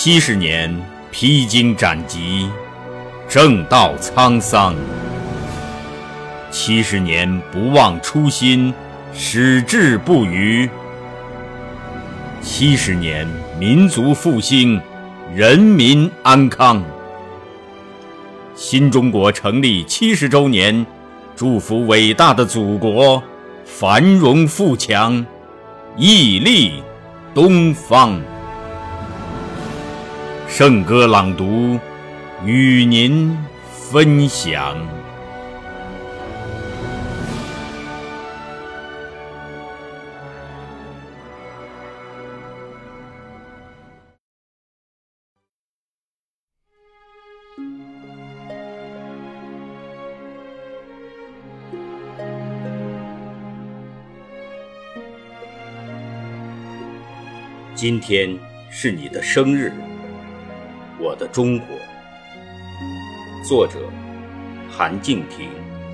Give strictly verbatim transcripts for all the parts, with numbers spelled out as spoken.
七十年披荆斩棘，正道沧桑；七十年不忘初心，矢志不渝；七十年民族复兴，人民安康。新中国成立七十周年，祝福伟大的祖国繁荣富强，屹立东方。圣歌朗读，与您分享。今天是你的生日，我的中国。作者韩静婷。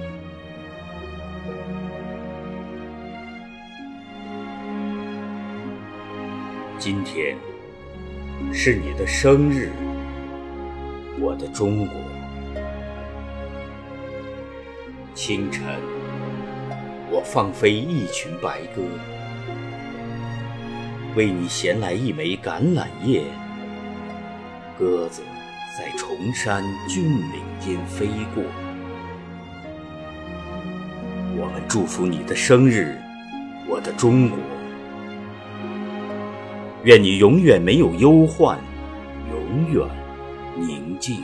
今天是你的生日，我的中国。清晨，我放飞一群白鸽，为你衔来一枚橄榄叶。鸽子在崇山峻岭间飞过。我们祝福你的生日，我的中国。愿你永远没有忧患，永远宁静。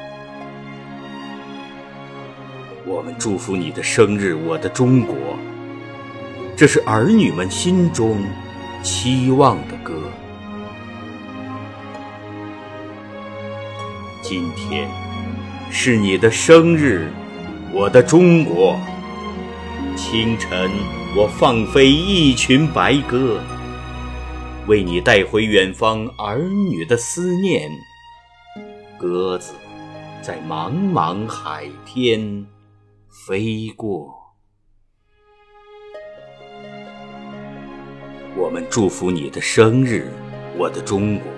我们祝福你的生日，我的中国。这是儿女们心中期望的歌。今天是你的生日，我的中国。清晨，我放飞一群白鸽，为你带回远方儿女的思念。鸽子在茫茫海天飞过。我们祝福你的生日，我的中国。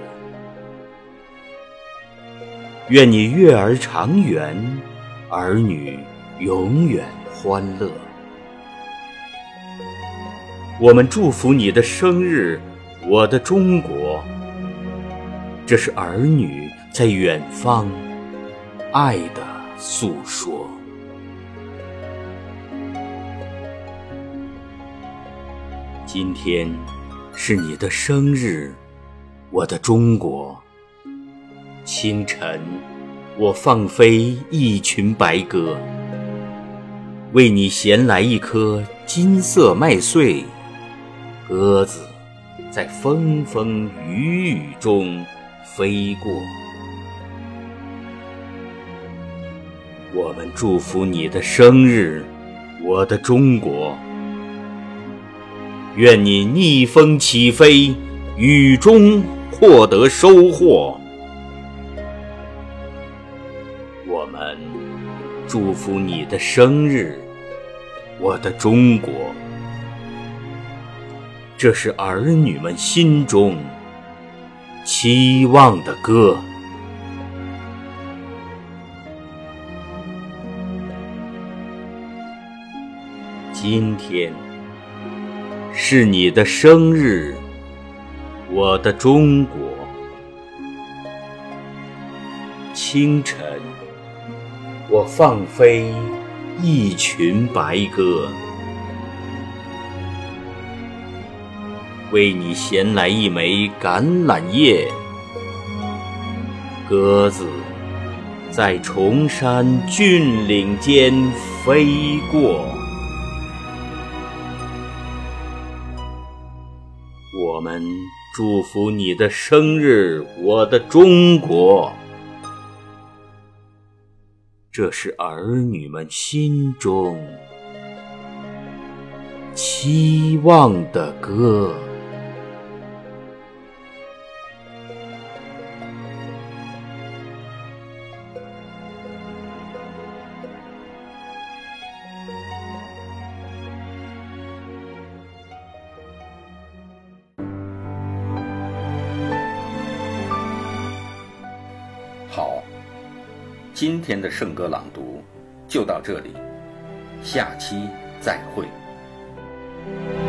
愿你月儿长圆，儿女永远欢乐。我们祝福你的生日，我的中国。这是儿女在远方爱的诉说。今天是你的生日，我的中国。清晨，我放飞一群白鸽，为你衔来一颗金色麦穗。鸽子在风风雨雨中飞过。我们祝福你的生日，我的中国。愿你逆风起飞，雨中获得收获。我们祝福你的生日，我的中国。这是儿女们心中期望的歌。今天是你的生日，我的中国。清晨，我放飞一群白鸽，为你衔来一枚橄榄叶。鸽子在崇山峻岭间飞过。我们祝福你的生日，我的中国。这是儿女们心中期望的歌。 今天的圣歌朗读就到这里，下期再会。